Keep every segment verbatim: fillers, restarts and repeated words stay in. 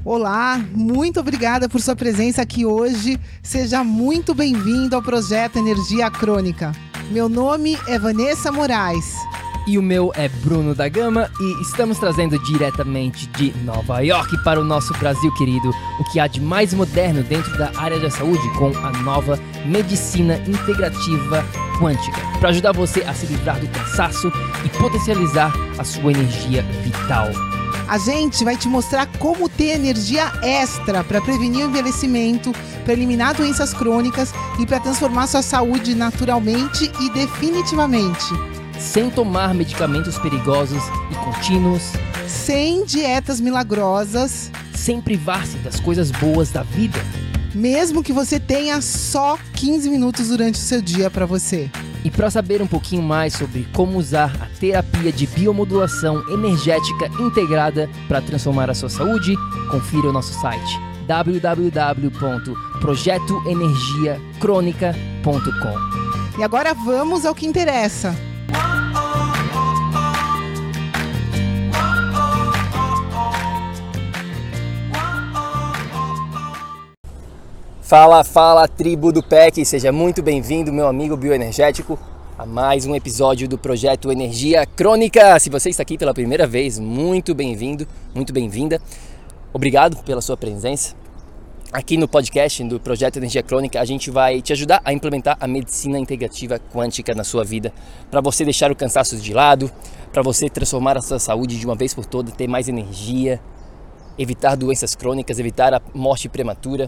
Olá, muito obrigada por sua presença aqui hoje. Seja muito bem-vindo ao Projeto Energia Crônica. Meu nome é Vanessa Moraes. E o meu é Bruno da Gama e estamos trazendo diretamente de Nova York para o nosso Brasil querido o que há de mais moderno dentro da área da saúde com a nova medicina integrativa quântica, para ajudar você a se livrar do cansaço e potencializar a sua energia vital. A gente vai te mostrar como ter energia extra para prevenir o envelhecimento, para eliminar doenças crônicas e para transformar sua saúde naturalmente e definitivamente. Sem tomar medicamentos perigosos e contínuos. Sem dietas milagrosas. Sem privar-se das coisas boas da vida. Mesmo que você tenha só quinze minutos durante o seu dia para você. E para saber um pouquinho mais sobre como usar a terapia de biomodulação energética integrada para transformar a sua saúde, confira o nosso site w w w ponto projeto energia crônica ponto com. E agora vamos ao que interessa. Fala, fala, tribo do P E C, seja muito bem-vindo, meu amigo bioenergético, a mais um episódio do Projeto Energia Crônica. Se você está aqui pela primeira vez, muito bem-vindo, muito bem-vinda. Obrigado pela sua presença. Aqui no podcast do Projeto Energia Crônica, a gente vai te ajudar a implementar a medicina integrativa quântica na sua vida, para você deixar o cansaço de lado, para você transformar a sua saúde de uma vez por todas, ter mais energia, evitar doenças crônicas, evitar a morte prematura,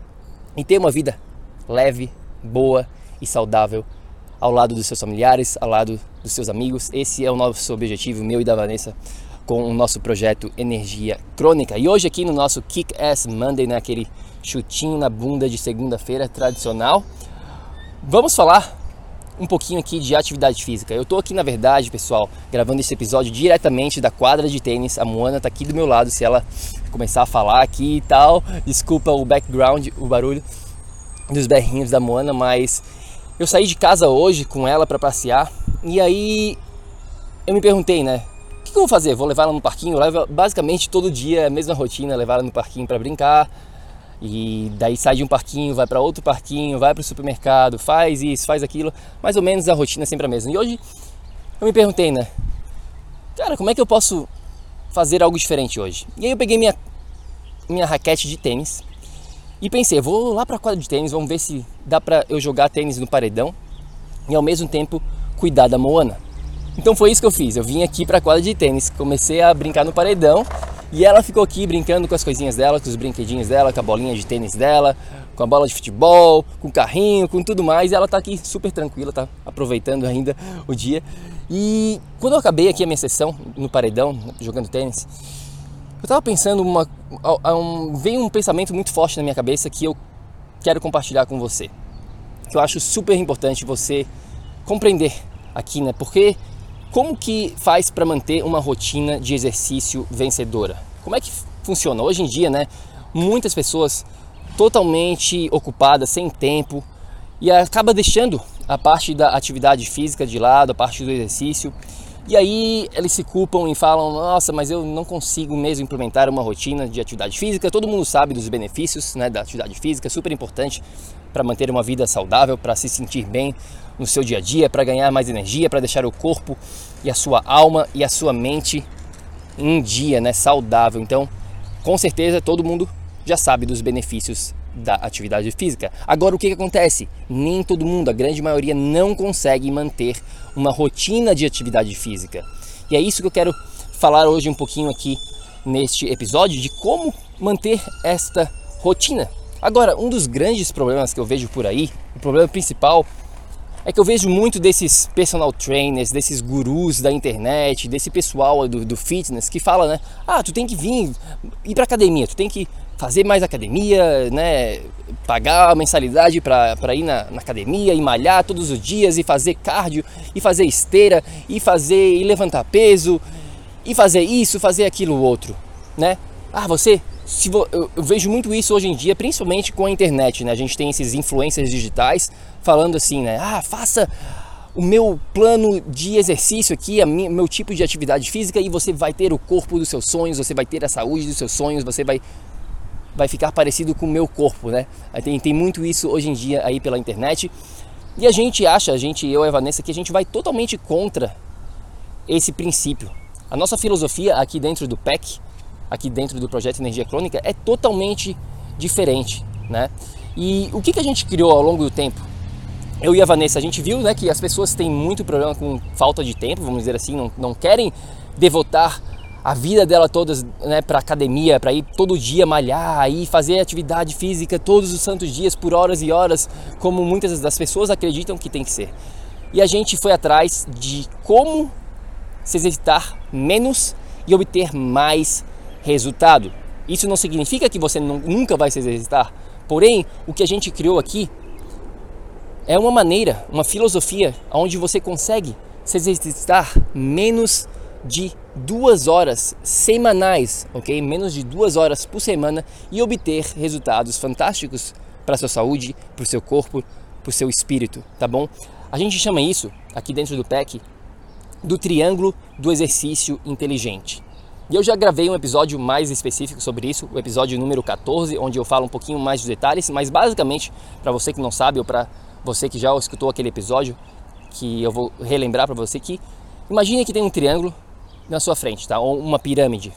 e ter uma vida leve, boa e saudável ao lado dos seus familiares, ao lado dos seus amigos. Esse é o nosso objetivo, meu e da Vanessa, com o nosso projeto Energia Crônica. E hoje aqui no nosso Kick-Ass Monday, né, aquele chutinho na bunda de segunda-feira tradicional, vamos falar um pouquinho aqui de atividade física. Eu tô aqui, na verdade, pessoal, gravando esse episódio diretamente da quadra de tênis. A Moana tá aqui do meu lado, se ela começar a falar aqui e tal, desculpa o background, o barulho dos berrinhos da Moana, mas eu saí de casa hoje com ela para passear e aí eu me perguntei, né, o que eu vou fazer? Vou levar ela no parquinho? Eu levo basicamente todo dia a mesma rotina, levar ela no parquinho para brincar. E daí sai de um parquinho, vai para outro parquinho, vai para o supermercado, faz isso, faz aquilo. Mais ou menos a rotina é sempre a mesma. E hoje eu me perguntei, né? Cara, como é que eu posso fazer algo diferente hoje? E aí eu peguei minha, minha raquete de tênis e pensei, vou lá para a quadra de tênis, vamos ver se dá para eu jogar tênis no paredão e ao mesmo tempo cuidar da Moana. Então foi isso que eu fiz. Eu vim aqui para a quadra de tênis, comecei a brincar no paredão. E ela ficou aqui brincando com as coisinhas dela, com os brinquedinhos dela, com a bolinha de tênis dela, com a bola de futebol, com o carrinho, com tudo mais. E ela tá aqui super tranquila, tá aproveitando ainda o dia. E quando eu acabei aqui a minha sessão no paredão, jogando tênis, eu tava pensando, uma, um, veio um pensamento muito forte na minha cabeça que eu quero compartilhar com você. Que eu acho super importante você compreender aqui, né? Porque como que faz para manter uma rotina de exercício vencedora? Como é que funciona? Hoje em dia, né, muitas pessoas totalmente ocupadas, sem tempo, e acaba deixando a parte da atividade física de lado, a parte do exercício, e aí eles se culpam e falam, nossa, mas eu não consigo mesmo implementar uma rotina de atividade física. Todo mundo sabe dos benefícios, né, da atividade física, é super importante para manter uma vida saudável, para se sentir bem no seu dia a dia, para ganhar mais energia, para deixar o corpo e a sua alma e a sua mente em dia, né, saudável. Então, com certeza todo mundo já sabe dos benefícios da atividade física. Agora, o que que acontece? Nem todo mundo, a grande maioria, não consegue manter uma rotina de atividade física. E é isso que eu quero falar hoje um pouquinho aqui neste episódio, de como manter esta rotina. Agora, um dos grandes problemas que eu vejo por aí, o problema principal, é que eu vejo muito desses personal trainers, desses gurus da internet, desse pessoal do, do fitness que fala, né? Ah, tu tem que vir, ir pra academia, tu tem que fazer mais academia, né? Pagar a mensalidade para ir na, na academia e malhar todos os dias e fazer cardio e fazer esteira e fazer e levantar peso e fazer isso, fazer aquilo outro, né? Ah, você... Se vo, eu, eu vejo muito isso hoje em dia, principalmente com a internet, né? A gente tem esses influencers digitais falando assim, né? Ah, faça o meu plano de exercício aqui, o meu tipo de atividade física e você vai ter o corpo dos seus sonhos, você vai ter a saúde dos seus sonhos, você vai vai ficar parecido com o meu corpo, né? Tem, tem muito isso hoje em dia aí pela internet. E a gente acha, a gente, eu e a Vanessa, que a gente vai totalmente contra esse princípio. A nossa filosofia aqui dentro do P E C, aqui dentro do Projeto Energia Crônica, é totalmente diferente, né? E o que, que a gente criou ao longo do tempo? Eu e a Vanessa, a gente viu, né, que as pessoas têm muito problema com falta de tempo, vamos dizer assim, não, não querem devotar a vida dela todas, né, para academia, para ir todo dia malhar, ir fazer atividade física todos os santos dias por horas e horas, como muitas das pessoas acreditam que tem que ser. E a gente foi atrás de como se exercitar menos e obter mais resultado. Isso não significa que você não, nunca vai se exercitar, porém, o que a gente criou aqui é uma maneira, uma filosofia onde você consegue se exercitar menos de duas horas semanais, ok? Menos de duas horas por semana e obter resultados fantásticos para a sua saúde, para o seu corpo, para o seu espírito, tá bom? A gente chama isso, aqui dentro do P E C, do triângulo do exercício inteligente. E eu já gravei um episódio mais específico sobre isso, o episódio número quatorze, onde eu falo um pouquinho mais dos detalhes, mas basicamente, para você que não sabe ou para você que já escutou aquele episódio, que eu vou relembrar para você que imagine que tem um triângulo na sua frente, tá? Ou uma pirâmide.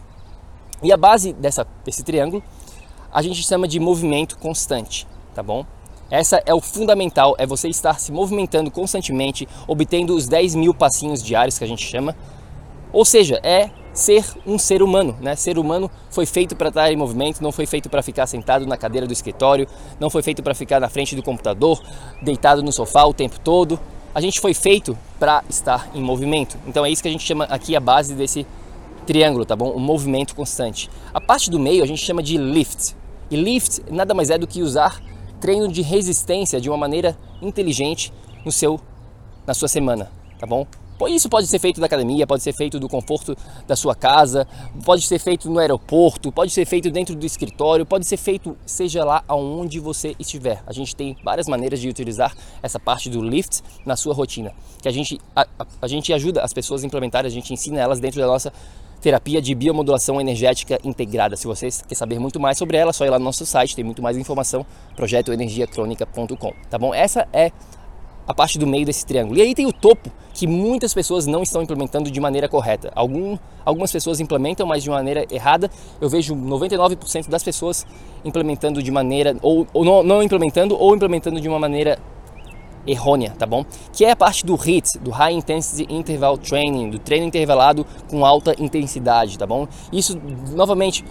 E a base dessa, desse triângulo a gente chama de movimento constante, tá bom? Essa é o fundamental, é você estar se movimentando constantemente, obtendo os dez mil passinhos diários que a gente chama. Ou seja, é ser um ser humano, né? Ser humano foi feito para estar em movimento, não foi feito para ficar sentado na cadeira do escritório, não foi feito para ficar na frente do computador, deitado no sofá o tempo todo. A gente foi feito para estar em movimento. Então é isso que a gente chama aqui a base desse triângulo, tá bom? O movimento constante. A parte do meio a gente chama de lift. E lift nada mais é do que usar treino de resistência de uma maneira inteligente no seu, na sua semana, tá bom? Isso pode ser feito na academia, pode ser feito do conforto da sua casa, pode ser feito no aeroporto, pode ser feito dentro do escritório, pode ser feito seja lá aonde você estiver. A gente tem várias maneiras de utilizar essa parte do lift na sua rotina, que a gente, a, a, a gente ajuda as pessoas a implementarem, a gente ensina elas dentro da nossa terapia de biomodulação energética integrada. Se você quer saber muito mais sobre ela, é só ir lá no nosso site, tem muito mais informação, projeto energia crônica ponto com, tá bom? Essa é a parte do meio desse triângulo. E aí tem o topo, que muitas pessoas não estão implementando de maneira correta. Algum, algumas pessoas implementam, mas de maneira errada. Eu vejo noventa e nove por cento das pessoas implementando de maneira, ou, ou não, não implementando, ou implementando de uma maneira errônea, tá bom? Que é a parte do H I I T, do High Intensity Interval Training, do treino intervalado com alta intensidade, tá bom? Isso, novamente,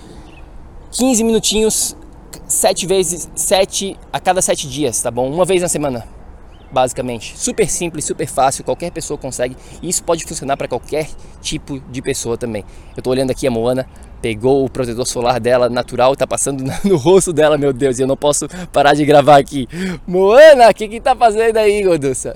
quinze minutinhos, sete vezes, sete a cada sete dias, tá bom? Uma vez na semana. Basicamente, super simples, super fácil, qualquer pessoa consegue, e isso pode funcionar para qualquer tipo de pessoa também. Eu tô olhando aqui a Moana, pegou o protetor solar dela natural, tá passando no rosto dela, meu Deus, e eu não posso parar de gravar aqui. Moana, o que que tá fazendo aí, Goduça?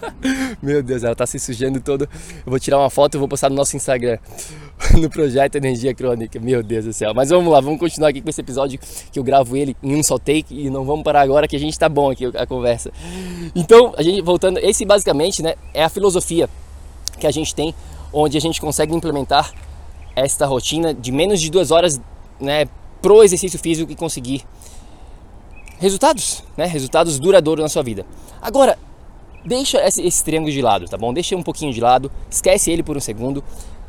Meu Deus, ela tá se sujando todo. Eu vou tirar uma foto e vou postar no nosso Instagram, no Projeto Energia Crônica. Meu Deus do céu. Mas vamos lá, vamos continuar aqui com esse episódio que eu gravo ele em um só take e não vamos parar agora que a gente tá bom aqui a conversa. Então, a gente voltando, esse basicamente, né, é a filosofia que a gente tem, onde a gente consegue implementar esta rotina de menos de duas horas, né, pro exercício físico e conseguir resultados, né, resultados duradouros na sua vida. Agora, deixa esse, esse triângulo de lado, tá bom? Deixa um pouquinho de lado, esquece ele por um segundo.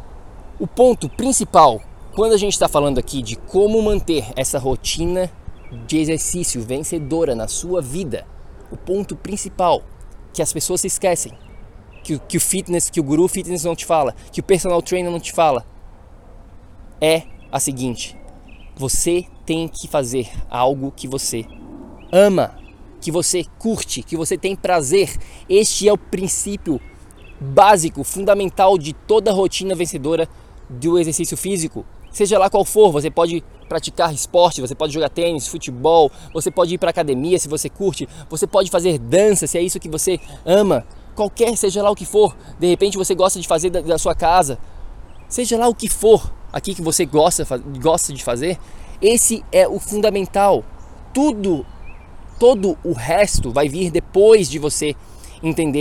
O ponto principal, quando a gente está falando aqui de como manter essa rotina de exercício vencedora na sua vida, o ponto principal que as pessoas se esquecem, que, que o fitness, que o guru fitness não te fala, que o personal trainer não te fala, é a seguinte: você tem que fazer algo que você ama, que você curte, que você tem prazer. Este é o princípio básico, fundamental de toda rotina vencedora do exercício físico. Seja lá qual for, você pode praticar esporte, você pode jogar tênis, futebol, você pode ir para academia se você curte, você pode fazer dança se é isso que você ama, qualquer, seja lá o que for. De repente você gosta de fazer da, da sua casa, seja lá o que for aqui que você gosta, gosta de fazer, esse é o fundamental. Tudo, todo o resto vai vir depois de você entender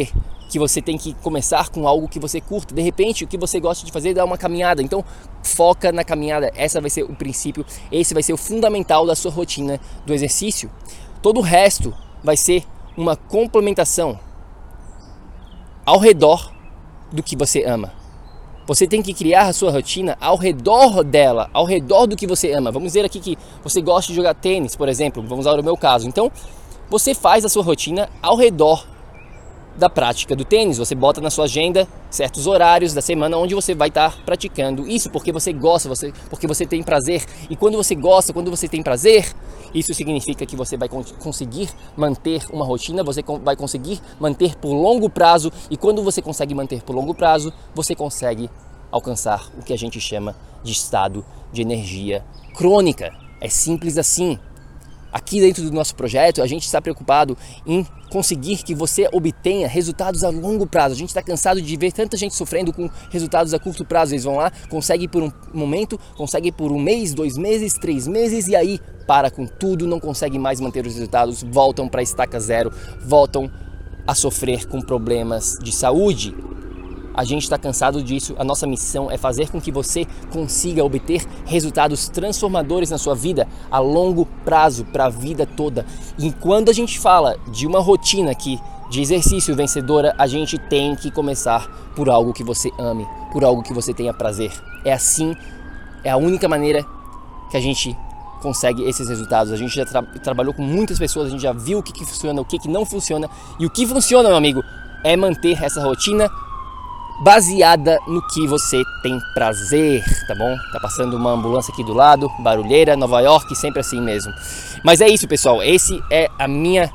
que você tem que começar com algo que você curta. De repente, o que você gosta de fazer é dar uma caminhada. Então, foca na caminhada. Essa vai ser o princípio, esse vai ser o fundamental da sua rotina do exercício. Todo o resto vai ser uma complementação ao redor do que você ama. Você tem que criar a sua rotina ao redor dela, ao redor do que você ama. Vamos dizer aqui que você gosta de jogar tênis, por exemplo. Vamos usar o meu caso. Então, você faz a sua rotina ao redor da prática do tênis. Você bota na sua agenda certos horários da semana onde você vai estar praticando isso porque você gosta, você, porque você tem prazer. E quando você gosta, quando você tem prazer, isso significa que você vai conseguir manter uma rotina, você vai conseguir manter por longo prazo. E quando você consegue manter por longo prazo, você consegue alcançar o que a gente chama de estado de energia crônica. É simples assim. Aqui dentro do nosso projeto, a gente está preocupado em conseguir que você obtenha resultados a longo prazo. A gente está cansado de ver tanta gente sofrendo com resultados a curto prazo. Eles vão lá, conseguem por um momento, conseguem por um mês, dois meses, três meses e aí para com tudo, não conseguem mais manter os resultados, voltam para a estaca zero, voltam a sofrer com problemas de saúde. A gente está cansado disso. A nossa missão é fazer com que você consiga obter resultados transformadores na sua vida a longo prazo, para a vida toda. E quando a gente fala de uma rotina aqui de exercício vencedora, a gente tem que começar por algo que você ame, por algo que você tenha prazer. É assim, é a única maneira que a gente consegue esses resultados. A gente já tra- trabalhou com muitas pessoas, a gente já viu o que, que funciona, o que, que não funciona. E o que funciona, meu amigo, é manter essa rotina baseada no que você tem prazer, tá bom? Tá passando uma ambulância aqui do lado, barulheira, Nova York, sempre assim mesmo. Mas é isso, pessoal, esse é a minha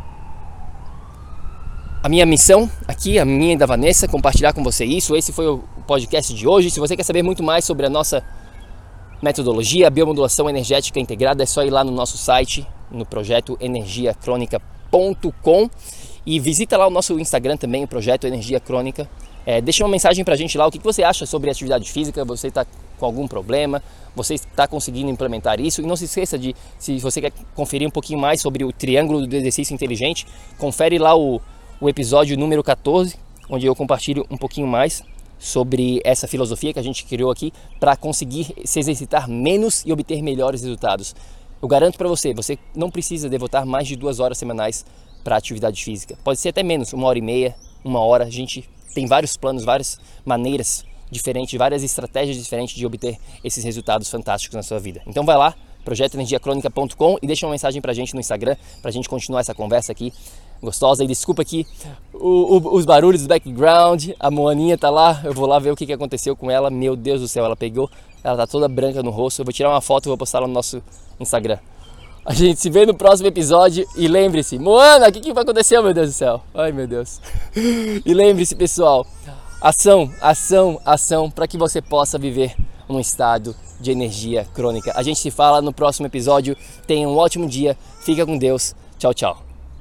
a minha missão aqui, a minha e da Vanessa, compartilhar com você isso. Esse foi o podcast de hoje. Se você quer saber muito mais sobre a nossa metodologia, a biomodulação energética integrada, é só ir lá no nosso site, no projeto energia crônica ponto com, e visita lá o nosso Instagram também, o Projeto Energia Crônica. É, deixa uma mensagem pra gente lá, o que você acha sobre atividade física, você está com algum problema, você está conseguindo implementar isso. E não se esqueça de, se você quer conferir um pouquinho mais sobre o triângulo do exercício inteligente, confere lá o, o episódio número catorze, onde eu compartilho um pouquinho mais sobre essa filosofia que a gente criou aqui para conseguir se exercitar menos e obter melhores resultados. Eu garanto para você, você não precisa devotar mais de duas horas semanais para atividade física. Pode ser até menos, uma hora e meia, uma hora. A gente tem vários planos, várias maneiras diferentes, várias estratégias diferentes de obter esses resultados fantásticos na sua vida. Então vai lá, projeto energia crônica ponto com, e deixa uma mensagem pra gente no Instagram, pra gente continuar essa conversa aqui gostosa. E desculpa aqui o, o, os barulhos do background, a Moaninha tá lá, eu vou lá ver o que, que aconteceu com ela. Meu Deus do céu, ela pegou, ela tá toda branca no rosto. Eu vou tirar uma foto e vou postar lá no nosso Instagram. A gente se vê no próximo episódio e lembre-se, Moana, o que, que vai acontecer, meu Deus do céu? Ai, meu Deus. E lembre-se, pessoal, ação, ação, ação, para que você possa viver um estado de energia crônica. A gente se fala no próximo episódio. Tenha um ótimo dia, fica com Deus. Tchau, tchau.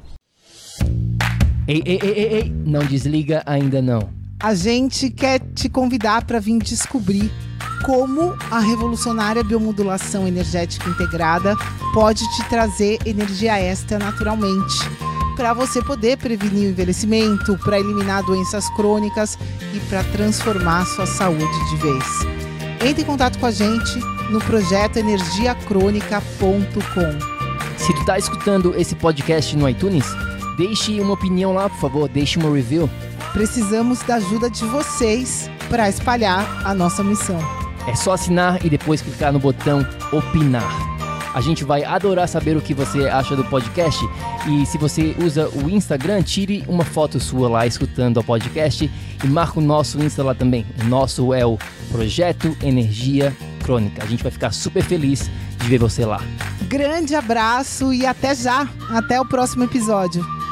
Ei, ei, ei, ei, ei, não desliga ainda não. A gente quer te convidar para vir descobrir como a revolucionária biomodulação energética integrada pode te trazer energia extra naturalmente, para você poder prevenir o envelhecimento, para eliminar doenças crônicas e para transformar sua saúde de vez. Entre em contato com a gente no projeto energia crônica ponto com. Se tu tá escutando esse podcast no iTunes, deixe uma opinião lá, por favor, deixe uma review. Precisamos da ajuda de vocês para espalhar a nossa missão. É só assinar e depois clicar no botão opinar. A gente vai adorar saber o que você acha do podcast. E se você usa o Instagram, tire uma foto sua lá escutando o podcast e marca o nosso Insta lá também. O nosso é o Projeto Energia Crônica. A gente vai ficar super feliz de ver você lá. Grande abraço e até já! Até o próximo episódio.